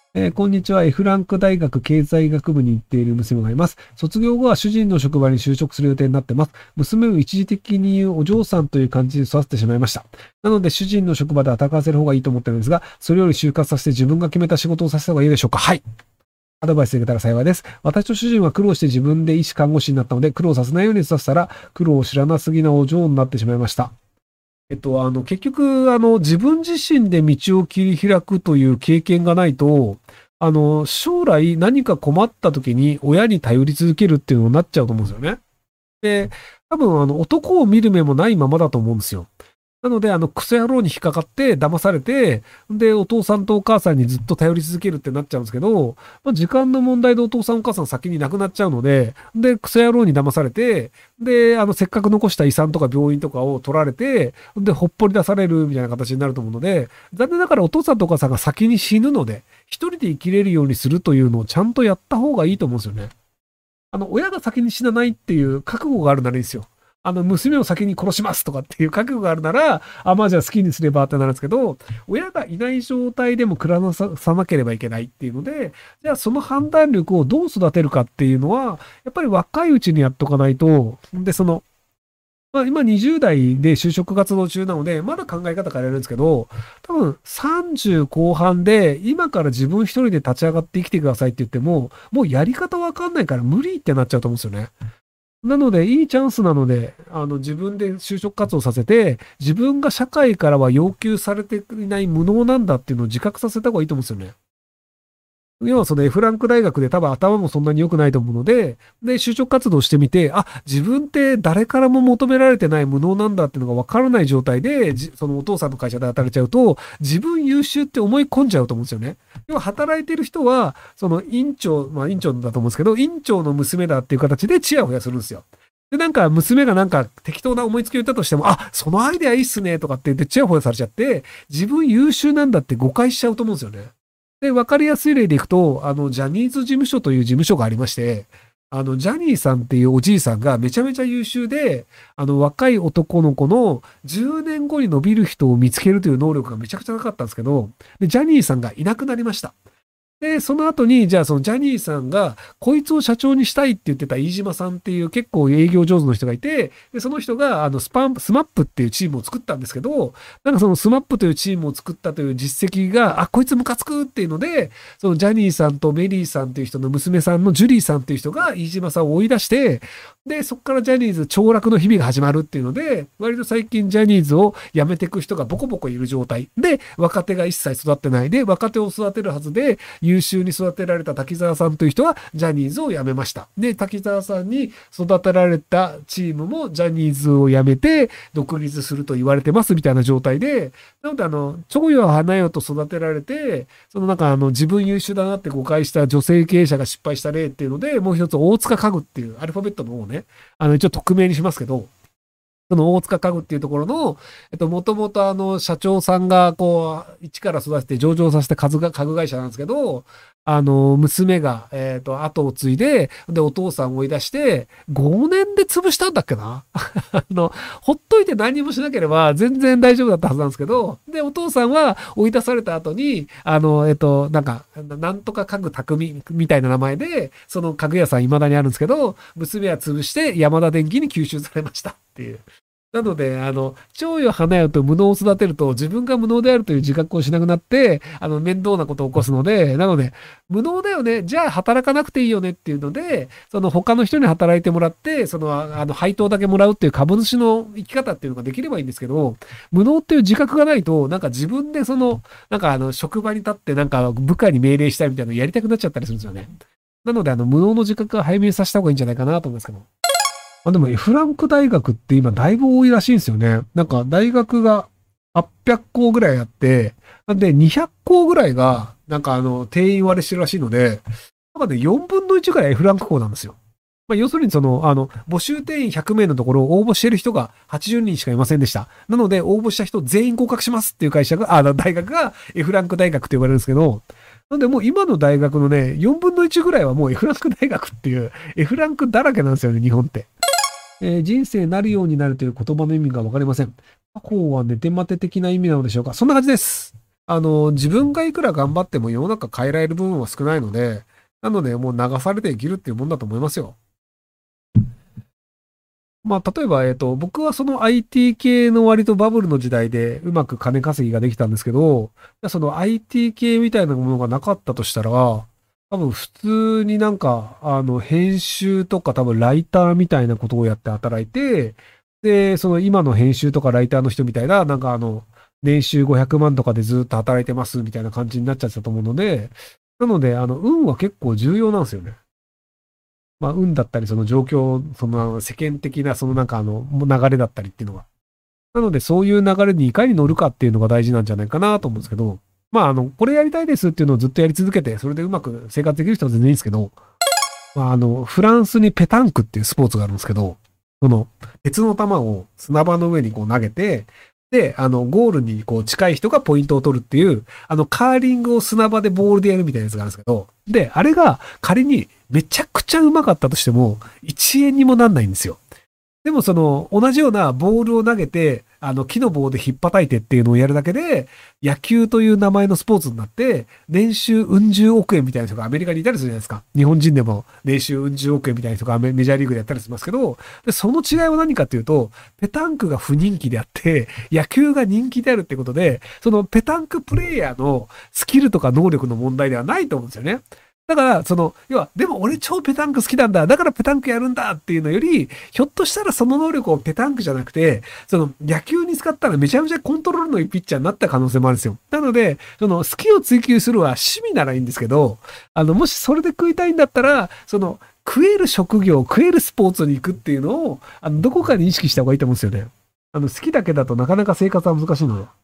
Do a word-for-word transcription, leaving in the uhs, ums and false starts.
えーこんにちは。F ランク大学経済学部に行っている娘がいます。卒業後は主人の職場に就職する予定になってます。娘を一時的に言うお嬢さんという感じで育ててしまいました。なので主人の職場で働かせる方がいいと思ってるんですが、それより就活させて自分が決めた仕事をさせた方がいいでしょうか？はい。アドバイスいただけたら幸いです。私と主人は苦労して自分で医師看護師になったので、苦労させないようにさせたら、苦労を知らなすぎなお嬢になってしまいました。えっと、あの、結局、あの、自分自身で道を切り開くという経験がないと、あの、将来何か困った時に親に頼り続けるっていうのになっちゃうと思うんですよね。で、多分、あの、男を見る目もないままだと思うんですよ。なので、あの、クソ野郎に引っかかって、騙されて、で、お父さんとお母さんにずっと頼り続けるってなっちゃうんですけど、まあ、時間の問題でお父さんお母さん先に亡くなっちゃうので、で、クソ野郎に騙されて、で、あの、せっかく残した遺産とか病院とかを取られて、で、ほっぽり出されるみたいな形になると思うので、残念ながらお父さんとお母さんが先に死ぬので、一人で生きれるようにするというのをちゃんとやった方がいいと思うんですよね。あの、親が先に死なないっていう覚悟があるならいいんですよ。あの、娘を先に殺しますとかっていう覚悟があるなら、あ、まあじゃあ好きにすればってなるんですけど、親がいない状態でも暮らさなければいけないっていうので、じゃあその判断力をどう育てるかっていうのは、やっぱり若いうちにやっとかないと、で、その、まあ、今にじゅう代で就職活動中なので、まだ考え方変えられるんですけど、多分さんじゅう後半で、今から自分一人で立ち上がって生きてくださいって言っても、もうやり方わかんないから無理ってなっちゃうと思うんですよね。なので、いいチャンスなので、あの、自分で就職活動させて、自分が社会からは要求されていない無能なんだっていうのを自覚させた方がいいと思うんですよね。要はその F ランク大学で多分頭もそんなに良くないと思うので、で、就職活動してみて、あ、自分って誰からも求められてない無能なんだっていうのが分からない状態で、じそのお父さんの会社で働いちゃうと、自分優秀って思い込んじゃうと思うんですよね。要は働いてる人は、その院長、まあ院長だと思うんですけど、院長の娘だっていう形でチヤホヤするんですよ。で、なんか娘がなんか適当な思いつきを言ったとしても、あ、そのアイデアいいっすねとかって言ってチヤホヤされちゃって、自分優秀なんだって誤解しちゃうと思うんですよね。で、わかりやすい例でいくと、あの、ジャニーズ事務所という事務所がありまして、あの、ジャニーさんっていうおじいさんがめちゃめちゃ優秀で、あの、若い男の子のじゅうねんごに伸びる人を見つけるという能力がめちゃくちゃなかったんですけど、で、ジャニーさんがいなくなりました。で、その後に、じゃあそのジャニーさんが、こいつを社長にしたいって言ってた飯島さんっていう結構営業上手の人がいて、で、その人が、あの、スパン、スマップっていうチームを作ったんですけど、なんかそのスマップというチームを作ったという実績が、あ、こいつムカつくっていうので、そのジャニーさんとメリーさんっていう人の娘さんのジュリーさんっていう人が飯島さんを追い出して、で、そこからジャニーズ凋落の日々が始まるっていうので、割と最近ジャニーズを辞めていく人がボコボコいる状態で、若手が一切育ってないで、若手を育てるはずで、優秀に育てられた滝沢さんという人はジャニーズを辞めました。で、滝沢さんに育てられたチームもジャニーズを辞めて独立すると言われてますみたいな状態で、なのであの、蝶よ花よと育てられて、そのなんかあの、自分優秀だなって誤解した女性経営者が失敗した例っていうので、もう一つ大塚家具っていうアルファベットの方をね、あの、一応匿名にしますけど、その大塚家具っていうところの、えっと、もともとあの、社長さんが、こう、一から育てて上場させた家具家具会社なんですけど、あの、娘が、えっと、後を継いで、で、お父さんを追い出して、ごねんで潰したんだっけなあの、ほっといて何もしなければ全然大丈夫だったはずなんですけど、で、お父さんは追い出された後に、あの、えっと、なんか、なんとか家具匠みたいな名前で、その家具屋さん未だにあるんですけど、娘は潰して山田電機に吸収されましたっていう。なので、あの、蝶よ花よと無能を育てると、自分が無能であるという自覚をしなくなって、あの、面倒なことを起こすので、なので、無能だよね、じゃあ働かなくていいよねっていうので、その他の人に働いてもらって、その、あの、配当だけもらうっていう株主の生き方っていうのができればいいんですけど、無能っていう自覚がないと、なんか自分でその、なんかあの、職場に立って、なんか部下に命令したいみたいなのやりたくなっちゃったりするんですよね。なので、あの、無能の自覚は早めにさせた方がいいんじゃないかなと思いますけど。まあ、でも F ランク大学って今だいぶ多いらしいんですよね。なんか大学がはっぴゃくこうぐらいあって、なんでにひゃくこうぐらいがなんかあの定員割れしてるらしいので、なんかねよんぶんのいちぐらい F ランク校なんですよ。まあ、要するにその、あの、募集定員ひゃくめいのところを応募している人がはちじゅうにんしかいませんでした。なので応募した人全員合格しますっていう会社が、あ、大学が F ランク大学って呼ばれるんですけど、なんでもう今の大学のね、よんぶんのいちぐらいはもう F ランク大学っていう、F ランクだらけなんですよね、日本って。えー人生なるようになるという言葉の意味がわかりません。他校は寝て待て的な意味なのでしょうか？そんな感じです。 あの、自分がいくら頑張っても世の中変えられる部分は少ないので、なのでもう流されて生きるっていうもんだと思いますよ。まあ、例えば、えっと、僕はその アイティー 系の割とバブルの時代でうまく金稼ぎができたんですけど、その アイティー 系みたいなものがなかったとしたら、多分普通になんか、あの、編集とか多分ライターみたいなことをやって働いて、で、その今の編集とかライターの人みたいな、なんかあの、年収ごひゃくまんとかでずっと働いてますみたいな感じになっちゃってたと思うので、なので、あの、運は結構重要なんですよね。まあ、運だったり、その状況、その世間的な、そのなんかあの、流れだったりっていうのが。なので、そういう流れにいかに乗るかっていうのが大事なんじゃないかなと思うんですけど、まあ、あの、これやりたいですっていうのをずっとやり続けて、それでうまく生活できる人は全然いいんですけど、まあ、あの、フランスにペタンクっていうスポーツがあるんですけど、その、鉄の球を砂場の上にこう投げて、で、あの、ゴールにこう近い人がポイントを取るっていう、あの、カーリングを砂場でボールでやるみたいなやつがあるんですけど、で、あれが仮にめちゃくちゃうまかったとしても、いちえんにもなんないんですよ。でもその、同じようなボールを投げて、あの、木の棒で引っ叩いてっていうのをやるだけで、野球という名前のスポーツになって、年収うん十億円みたいな人がアメリカにいたりするじゃないですか。日本人でも年収うん十億円みたいな人がメメジャーリーグでやったりしますけど、で、その違いは何かっていうと、ペタンクが不人気であって、野球が人気であるってことで、そのペタンクプレイヤーのスキルとか能力の問題ではないと思うんですよね。だから、その、要は、でも俺超ペタンク好きなんだ。だからペタンクやるんだっていうのより、ひょっとしたらその能力をペタンクじゃなくて、その野球に使ったらめちゃめちゃコントロールのいいピッチャーになった可能性もあるんですよ。なので、その好きを追求するは趣味ならいいんですけど、あの、もしそれで食いたいんだったら、その、食える職業、食えるスポーツに行くっていうのを、あの、どこかに意識した方がいいと思うんですよね。あの、好きだけだとなかなか生活は難しいので。